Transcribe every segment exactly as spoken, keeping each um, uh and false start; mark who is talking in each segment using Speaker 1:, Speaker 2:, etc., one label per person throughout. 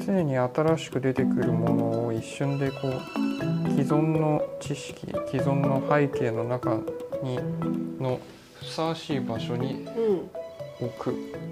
Speaker 1: 常に新しく出てくるものを一瞬でこう既存の知識、既存の背景の中にのふさわしい場所に置く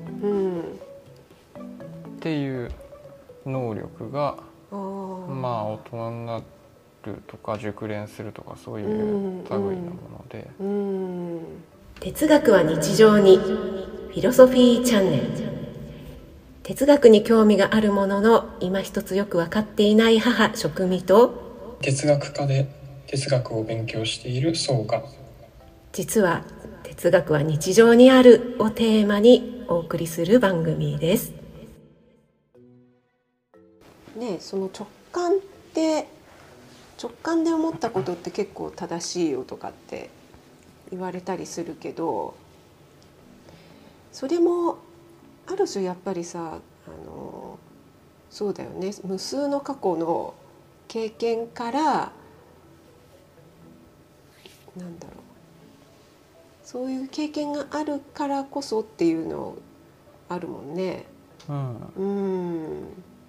Speaker 1: っていう能力が、まあ大人になるとか熟練するとかそういう類のもので、
Speaker 2: うんうん、哲学は日常にフィロソフィーチャンネル。哲学に興味があるものの今一つよく分かっていない母食味と
Speaker 3: 哲学科で哲学を勉強している宗が、
Speaker 2: 実は哲学は日常にあるをテーマにお送りする番組です。ねえ、その直感って直感で思ったことって結構正しいよとかって言われたりするけど、それもある種やっぱりさ、あのそうだよね、無数の過去の経験からなんだろう、そういう経験があるからこそっていうのあるもんね。
Speaker 1: うん、
Speaker 2: うん、うん、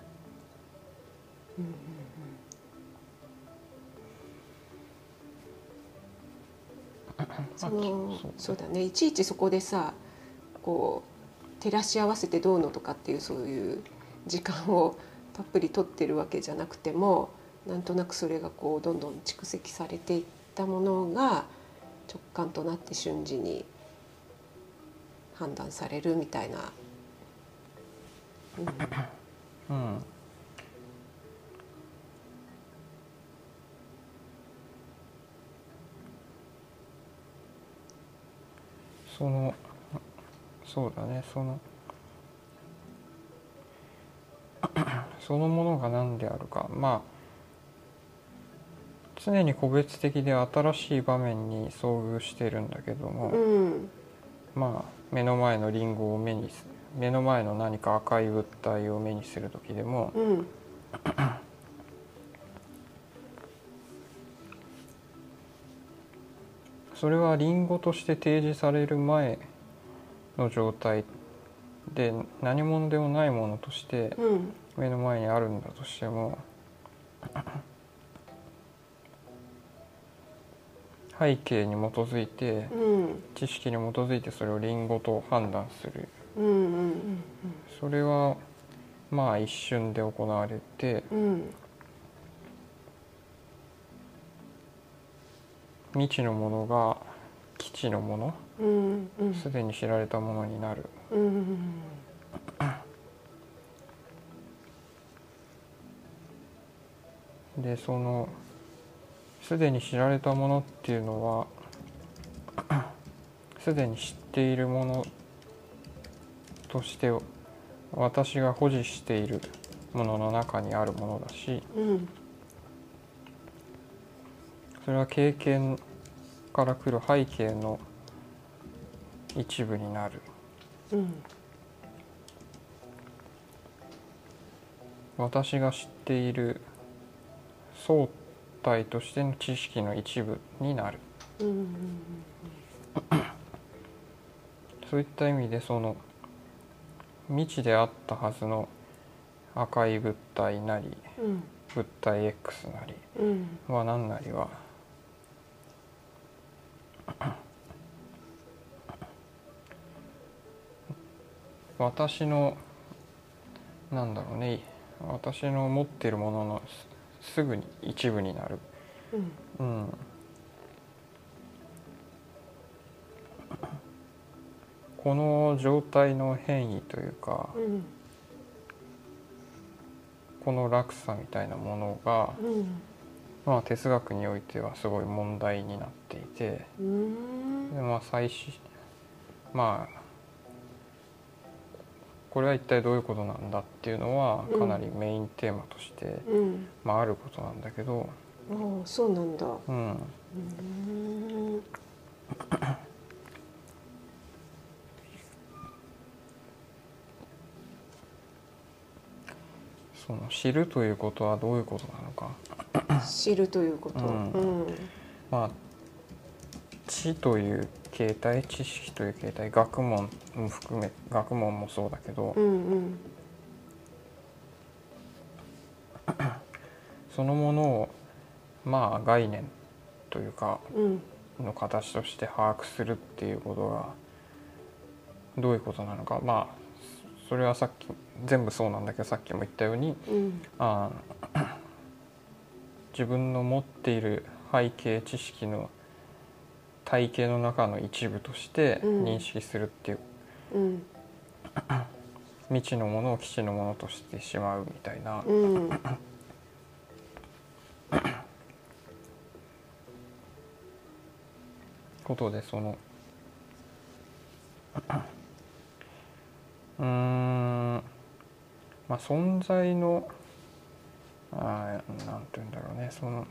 Speaker 2: そのそうだね、いちいちそこでさこう照らし合わせてどうのとかっていうそういう時間をたっぷり取ってるわけじゃなくても、なんとなくそれがこうどんどん蓄積されていったものが直感となって瞬時に判断されるみたいな、
Speaker 1: うんうん、そのそうだね、そのそのものが何であるか、まあ常に個別的で新しい場面に遭遇してるんだけども、
Speaker 2: うん、
Speaker 1: まあ目の前のリンゴを目にす目の前の何か赤い物体を目にする時でも、
Speaker 2: うん、
Speaker 1: それはリンゴとして提示される前の状態で何者でもないものとして目の前にあるんだとしても、背景に基づいて、
Speaker 2: うん、
Speaker 1: 知識に基づいてそれをリンゴと判断する、
Speaker 2: うん、うん、
Speaker 1: それはまあ一瞬で行われて、
Speaker 2: うん、
Speaker 1: 未知のものが基地のもの、
Speaker 2: うんうん、
Speaker 1: すでに知られたものになる、
Speaker 2: うん、
Speaker 1: でそのすでに知られたものっていうのはすでに知っているものとして私が保持しているものの中にあるものだし、
Speaker 2: うん、
Speaker 1: それは経験から来る背景の一部になる、
Speaker 2: うん、
Speaker 1: 私が知っている相対としての知識の一部になる、
Speaker 2: うん、
Speaker 1: そういった意味でその未知であったはずの赤い物体なり、
Speaker 2: うん、
Speaker 1: 物体 X なりは何なりは私のなんだろうね、私の持っているもののすぐに一部になる、うん、うん、この状態の変異というか、うん、この落差みたいなものが、うん、まあ哲学においてはすごい問題になっていて、うん、でまあ最終まあこれは一体どういうことなんだっていうのはかなりメインテーマとして、うん、まああることなんだけど、
Speaker 2: ああそうなんだ、うん、うん
Speaker 1: その知るということはどういうことなのか
Speaker 2: 知るということ、うんうん、
Speaker 1: まあ知という形態、知識という形態、学問も含め学問もそうだけど、うんうん、 そのものをまあ概念というか
Speaker 2: うん
Speaker 1: の形として把握するっていうことがどういうことなのか、まあそれはさっき全部そうなんだけど、さっきも言ったように
Speaker 2: うん
Speaker 1: あ自分の持っている背景知識の体系の中の一部として認識するっていう、
Speaker 2: うん
Speaker 1: 未知のものを基地のものとしてしまうみたいな、
Speaker 2: うん
Speaker 1: ことで、そのうーんまあ存在のあーなんていうんだろうね、その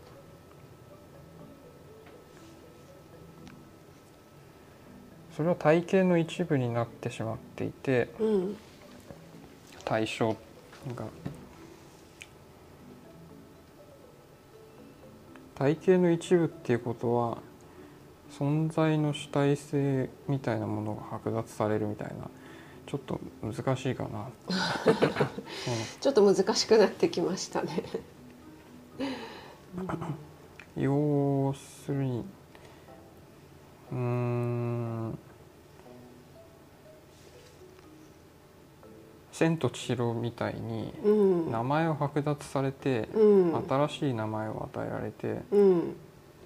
Speaker 1: それは体系の一部になってしまっていて、
Speaker 2: うん
Speaker 1: 対象が体系の一部っていうことは存在の主体性みたいなものが剥奪されるみたいな、ちょっと難しいかな
Speaker 2: ちょっと難しくなってきましたね。
Speaker 1: 要するにうーん千と千尋みたいに
Speaker 2: うん
Speaker 1: 名前を剥奪されて、
Speaker 2: うん
Speaker 1: 新しい名前を与えられて、
Speaker 2: うん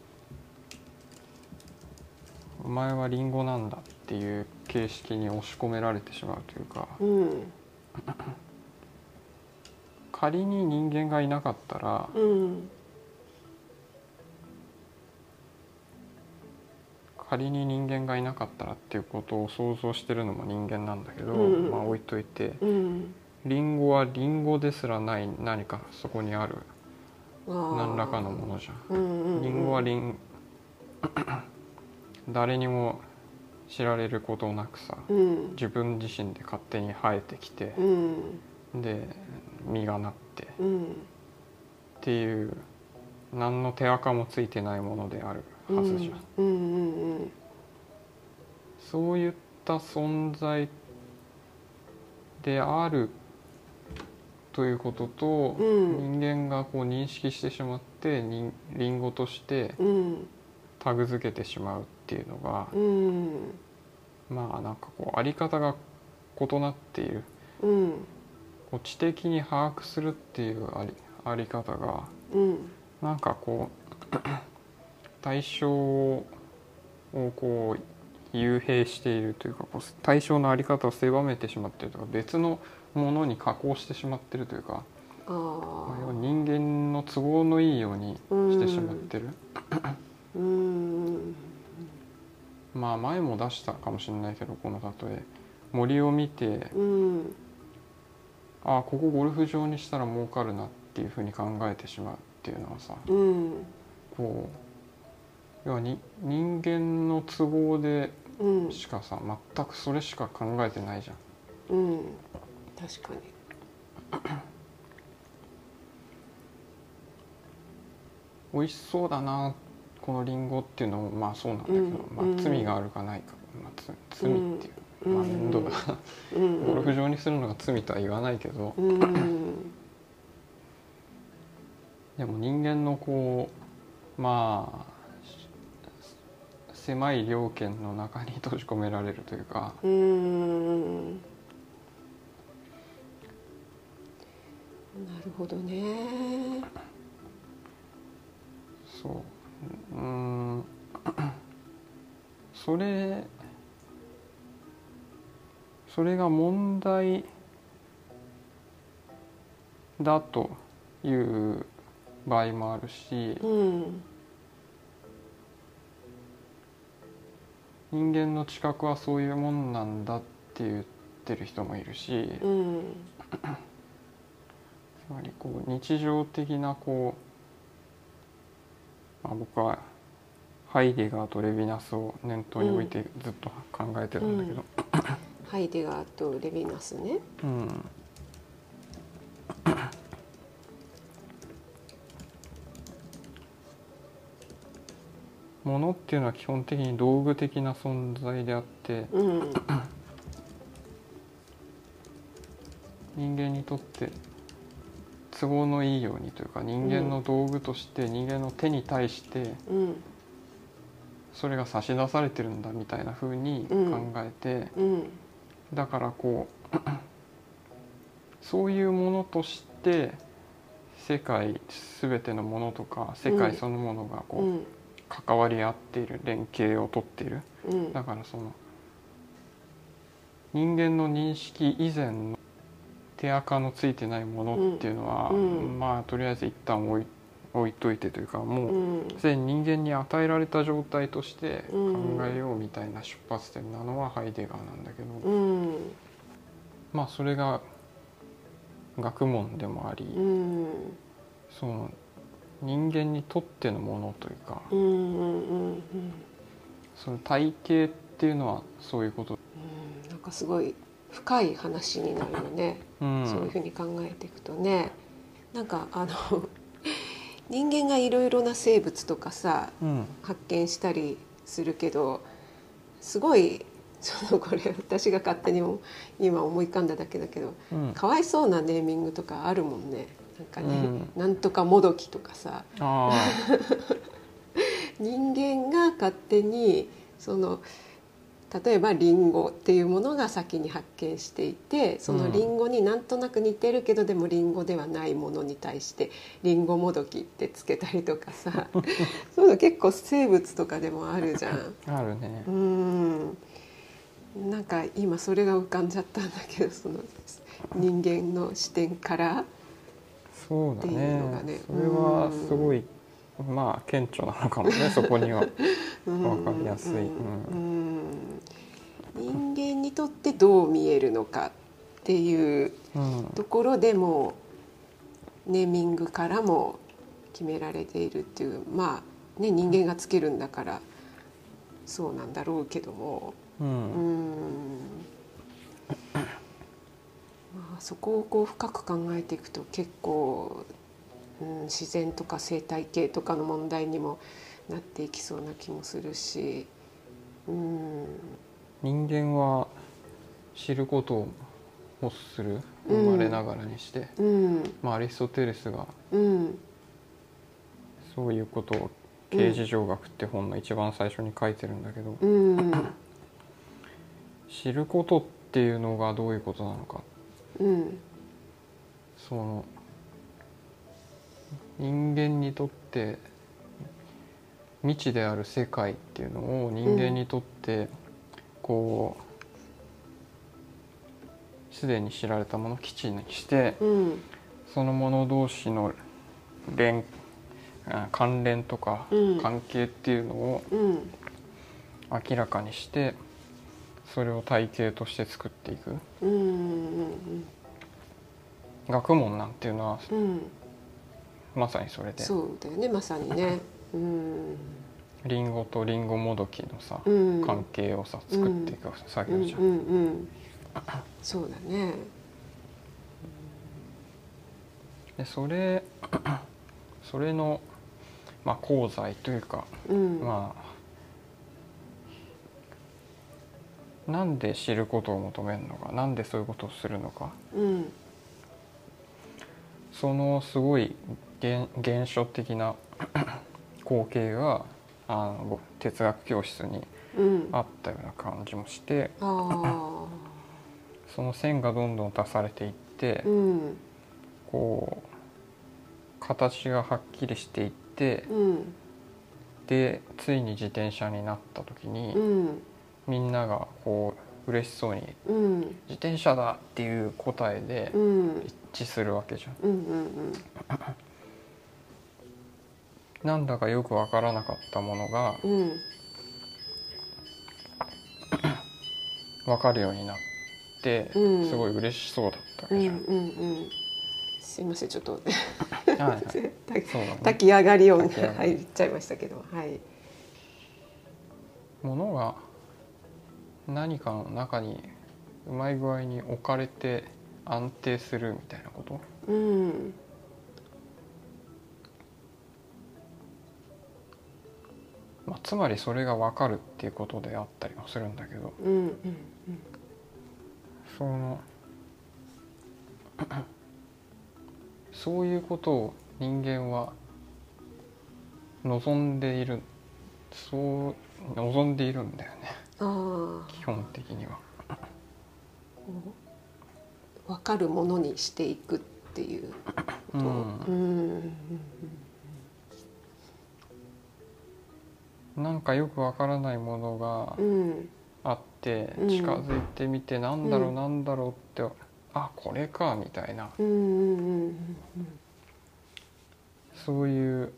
Speaker 1: お前はリンゴなんだっていう形式に押し込められてしまうというか、
Speaker 2: うん
Speaker 1: 仮に人間がいなかったら、
Speaker 2: うん
Speaker 1: 仮に人間がいなかったらっていうことを想像してるのも人間なんだけど、
Speaker 2: うん
Speaker 1: まあ置いといて、
Speaker 2: うん
Speaker 1: リンゴはリンゴですらない何かそこにある何らかのものじゃん。
Speaker 2: うんうん
Speaker 1: リンゴはリン誰にも知られることなくさ、
Speaker 2: うん
Speaker 1: 自分自身で勝手に生えてきて、
Speaker 2: うん
Speaker 1: で実がなってっ
Speaker 2: うん
Speaker 1: ていう何の手垢もついてないものであるはずじゃん。
Speaker 2: うんうんうん
Speaker 1: そういった存在であるということと、
Speaker 2: うん
Speaker 1: 人間がこう認識してしまってにリンゴとして
Speaker 2: うん
Speaker 1: タグ付けてしまうっていうのが、
Speaker 2: うん
Speaker 1: まあなんかこうあり方が異なっている、
Speaker 2: うん
Speaker 1: こう知的に把握するっていうあり、あり方が
Speaker 2: うん
Speaker 1: なんかこう対象をこう幽閉しているというか、こう対象のあり方を狭めてしまっているとか、別のものに加工してしまっているというか、
Speaker 2: あ
Speaker 1: まあ要は
Speaker 2: あ
Speaker 1: 人間の都合のいいようにしてしまってる。
Speaker 2: うん
Speaker 1: まあ前も出したかもしれないけど、この例え森を見て、
Speaker 2: うん
Speaker 1: ああここゴルフ場にしたら儲かるなっていうふうに考えてしまうっていうのはさ、
Speaker 2: うん
Speaker 1: こう要はに人間の都合で
Speaker 2: うん
Speaker 1: しかさ、全くそれしか考えてないじゃん。
Speaker 2: うん確かに
Speaker 1: 美味しそうだなこのリンゴっていうのもまあそうなんだけど、
Speaker 2: うん
Speaker 1: まあ
Speaker 2: うん
Speaker 1: 罪があるかないか、まあ、つ罪っていう、
Speaker 2: うん
Speaker 1: まあ面倒だ、
Speaker 2: うん
Speaker 1: ゴルフ場にするのが罪とは言わないけど、
Speaker 2: うん
Speaker 1: でも人間のこうまあ狭い猟犬の中に閉じ込められるというか、
Speaker 2: うんなるほどね
Speaker 1: そううーんそれそれが問題だという場合もあるし、
Speaker 2: うん
Speaker 1: 人間の知覚はそういうもんなんだって言ってる人もいるし、
Speaker 2: うん
Speaker 1: つまりこう日常的なこう、まあ、僕はハイデガーとレヴィナスを念頭に置いてずっと考えてるんだけど、
Speaker 2: ハイデガーとレヴィナスね
Speaker 1: うんものっていうのは基本的に道具的な存在であって、
Speaker 2: うん
Speaker 1: 人間にとって都合のいいようにというか、人間の道具として人間の手に対して
Speaker 2: うん
Speaker 1: それが差し出されてるんだみたいな風に考えて、
Speaker 2: うん
Speaker 1: だからこうそういうものとして世界全てのものとか世界そのものがこう、
Speaker 2: うん
Speaker 1: 関わり合っている、連携をとっている。
Speaker 2: うん
Speaker 1: だからその人間の認識以前の手垢のついてないものっていうのは、
Speaker 2: うん
Speaker 1: まあとりあえず一旦置い置いといてというか、も
Speaker 2: う
Speaker 1: うんすでに人間に与えられた状態として考
Speaker 2: うん
Speaker 1: えようみたいな出発点なのはハイデガーなんだけど、
Speaker 2: うん
Speaker 1: まあそれが学問でもあり、
Speaker 2: うん
Speaker 1: その人間にとってのものというか、
Speaker 2: うんうんうん
Speaker 1: その体系っていうのはそういうこと。
Speaker 2: うんなんかすごい深い話になるよね、
Speaker 1: うん
Speaker 2: そういうふうに考えていくとね。なんかあの人間がいろいろな生物とかさ
Speaker 1: うん
Speaker 2: 発見したりするけど、すごいそのこれ私が勝手に今思い浮かんだだけだけど、
Speaker 1: うん
Speaker 2: かわいそうなネーミングとかあるもんね。なんかね、
Speaker 1: うん
Speaker 2: なんとかもどきとかさ、
Speaker 1: あ
Speaker 2: 人間が勝手にその例えばリンゴっていうものが先に発見していて、そのリンゴになんとなく似てるけどでもリンゴではないものに対してリンゴもどきってつけたりとかさそういうの結構生物とかでもあるじゃん。
Speaker 1: ああるね。
Speaker 2: うんなんか今それが浮かんじゃったんだけど、その人間の視点から
Speaker 1: そうだ
Speaker 2: っていうのがね
Speaker 1: ね。それはすごい、まあ顕著なのかもね。そこには分かりやすい。
Speaker 2: う
Speaker 1: うん
Speaker 2: ん人間にとってどう見えるのかっていう
Speaker 1: うん
Speaker 2: ところでもネーミングからも決められているっていう、まあね人間がつけるんだからそうなんだろうけども、
Speaker 1: う
Speaker 2: うんんまあ、そこをこう深く考えていくと結構、うん、自然とか生態系とかの問題にもなっていきそうな気もするし、うん
Speaker 1: 人間は知ることを欲する、
Speaker 2: うん
Speaker 1: 生まれながらにして、
Speaker 2: うん
Speaker 1: まあ、アリストテレスが
Speaker 2: うん
Speaker 1: そういうことを「形而上学」って本の一番最初に書いてるんだけど、
Speaker 2: うん
Speaker 1: 知ることっていうのがどういうことなのか、
Speaker 2: うん
Speaker 1: その人間にとって未知である世界っていうのを人間にとってこうすでに知られたものを基地にして、
Speaker 2: うん
Speaker 1: そのもの同士の連関連とか
Speaker 2: うん
Speaker 1: 関係っていうのを
Speaker 2: うん
Speaker 1: 明らかにして、それを体系として作っていく。
Speaker 2: うんうん
Speaker 1: 学問なんていうのは
Speaker 2: うん
Speaker 1: まさにそれで、
Speaker 2: そうだよね、まさにね。うん
Speaker 1: リンゴとリンゴもどきのさ、
Speaker 2: うん
Speaker 1: 関係をさ作っていく作業じゃん。
Speaker 2: うんうんうんそうだね。
Speaker 1: でそれそれの、まあ、功罪というか、
Speaker 2: うん
Speaker 1: まあなんで知ることを求めるのか、なんでそういうことをするのか、
Speaker 2: うん
Speaker 1: そのすごい原原初的な光景があの哲学教室に
Speaker 2: うん
Speaker 1: あったような感じもして、
Speaker 2: ああ
Speaker 1: その線がどんどん足されていって、
Speaker 2: うん
Speaker 1: こう形がはっきりしていって、
Speaker 2: うん
Speaker 1: でついに自転車になった時に、
Speaker 2: うん
Speaker 1: みんながこう嬉しそうに
Speaker 2: うん
Speaker 1: 自転車だっていう答えで
Speaker 2: うん
Speaker 1: 一致するわけじゃん。
Speaker 2: うんうん
Speaker 1: なんだかよくわからなかったものが
Speaker 2: うん
Speaker 1: わかるようになって
Speaker 2: うん
Speaker 1: すごい嬉しそうだったわ
Speaker 2: うん
Speaker 1: けじゃん。
Speaker 2: うんうんすいませんちょっと
Speaker 1: はいはい、そうだね。
Speaker 2: 炊き上がり音
Speaker 1: 炊き上がり
Speaker 2: が入っちゃいましたけど、はい。
Speaker 1: ものが何かの中にうまい具合に置かれて安定するみたいなこと、
Speaker 2: うん
Speaker 1: まあ、つまりそれが分かるっていうことであったりもするんだけど、
Speaker 2: うんうん
Speaker 1: そのそういうことを人間は望んでいる、そう望んでいるんだよね、
Speaker 2: あ
Speaker 1: 基本的には。
Speaker 2: あ、分かるものにしていくっていうこと。
Speaker 1: うん
Speaker 2: うん
Speaker 1: なんかよくわからないものが
Speaker 2: うん
Speaker 1: あって
Speaker 2: うん
Speaker 1: 近づいてみて、なんだろう
Speaker 2: うん
Speaker 1: なんだろうって、あ、これかみたいな、
Speaker 2: うんうんうん
Speaker 1: そういう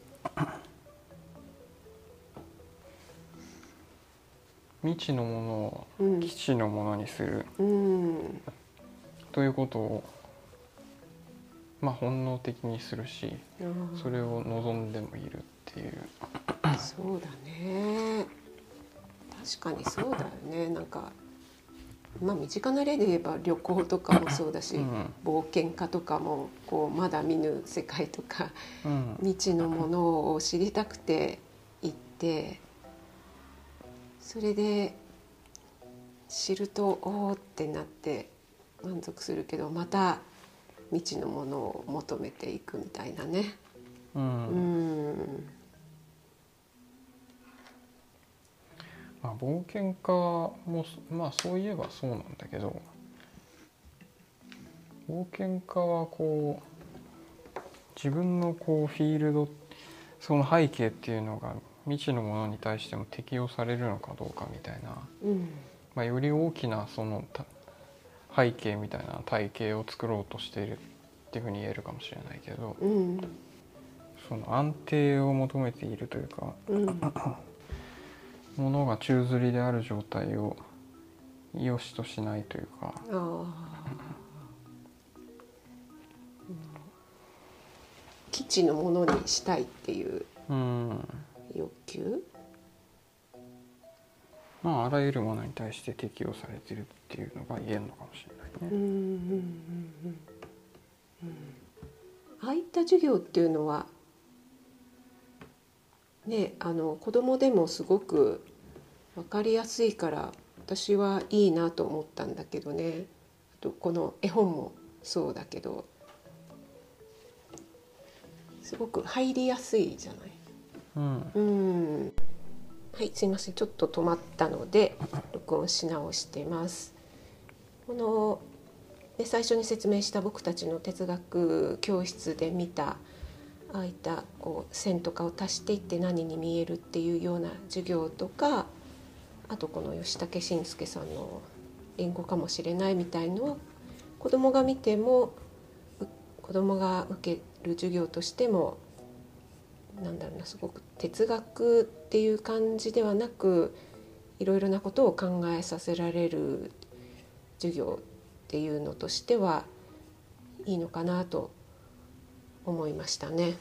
Speaker 1: 未知のものを
Speaker 2: うん
Speaker 1: 基地のものにする
Speaker 2: うん
Speaker 1: ということを、まあ本能的にするし、
Speaker 2: うん
Speaker 1: それを望んでもいるっていう。
Speaker 2: そうだね。確かにそうだよね。なんかまあ身近な例で言えば旅行とかもそうだし、
Speaker 1: うん
Speaker 2: 冒険家とかもこうまだ見ぬ世界とか
Speaker 1: うん
Speaker 2: 未知のものを知りたくて行って、それで知るとおーってなって満足するけど、また未知のものを求めていくみたいなね。
Speaker 1: う
Speaker 2: うんん
Speaker 1: まあ、冒険家もまあそういえばそうなんだけど、冒険家はこう自分のこうフィールド、その背景っていうのが未知のものに対しても適用されるのかどうかみたいな、
Speaker 2: うん
Speaker 1: まあ、より大きなそのた背景みたいな体系を作ろうとしているっていうふうに言えるかもしれないけど、
Speaker 2: うん
Speaker 1: その安定を求めているというか、
Speaker 2: うん
Speaker 1: ものが宙吊りである状態を良しとしないというか、
Speaker 2: ああ、基地のものにしたいっていう
Speaker 1: うん
Speaker 2: 欲求。
Speaker 1: まああらゆるものに対して適用されているっていうのが言えるのかもしれないね。
Speaker 2: うんうんうんうんああいった授業っていうのはね、あの子供でもすごく分かりやすいから私はいいなと思ったんだけどね。あとこの絵本もそうだけどすごく入りやすいじゃない。
Speaker 1: うん
Speaker 2: うんはい、すいません、ちょっと止まったので録音し直してます。こので最初に説明した僕たちの哲学教室で見たああいったこう線とかを足していって何に見えるっていうような授業とか、あとこの吉武慎介さんのリンゴかもしれないみたいのは子どもが見ても子どもが受ける授業としてもなんだろうな、すごく哲学っていう感じではなくいろいろなことを考えさせられる授業っていうのとしてはいいのかなと思いましたね。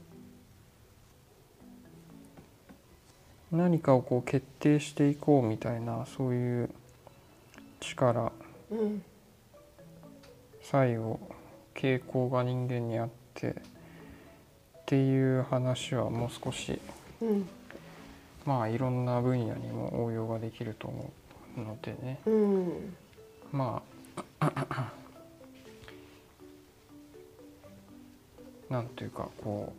Speaker 1: 何かをこう決定していこうみたいな、そういう力、
Speaker 2: うん
Speaker 1: 作用、傾向が人間にあってっていう話はもう少し
Speaker 2: うん
Speaker 1: まあいろんな分野にも応用ができると思うのでね、
Speaker 2: うん
Speaker 1: まあなんというかこ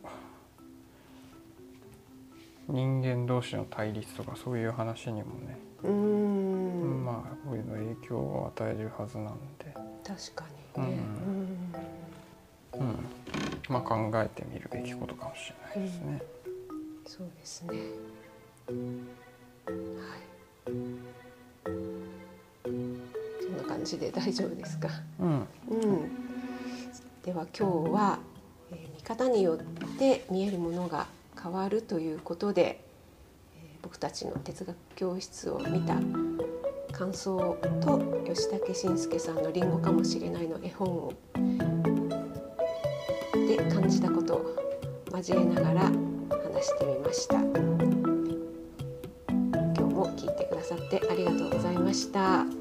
Speaker 1: う人間同士の対立とかそういう話にもね、
Speaker 2: うん
Speaker 1: まあこういうの影響を与えるはずなんで、
Speaker 2: 確かにね。
Speaker 1: うんうん、まあ考えてみるべきことかもしれないですね。
Speaker 2: うん、そうですね。はい。そんな感じで大丈夫ですか。
Speaker 1: うん
Speaker 2: うん。では今日は、えー見方によって見えるものが変わるということで、えー僕たちの哲学教室を見た感想と吉武慎介さんの「リンゴかもしれない」の絵本をで感じたことを交えながら話してみました。今日も聞いてくださってありがとうございました。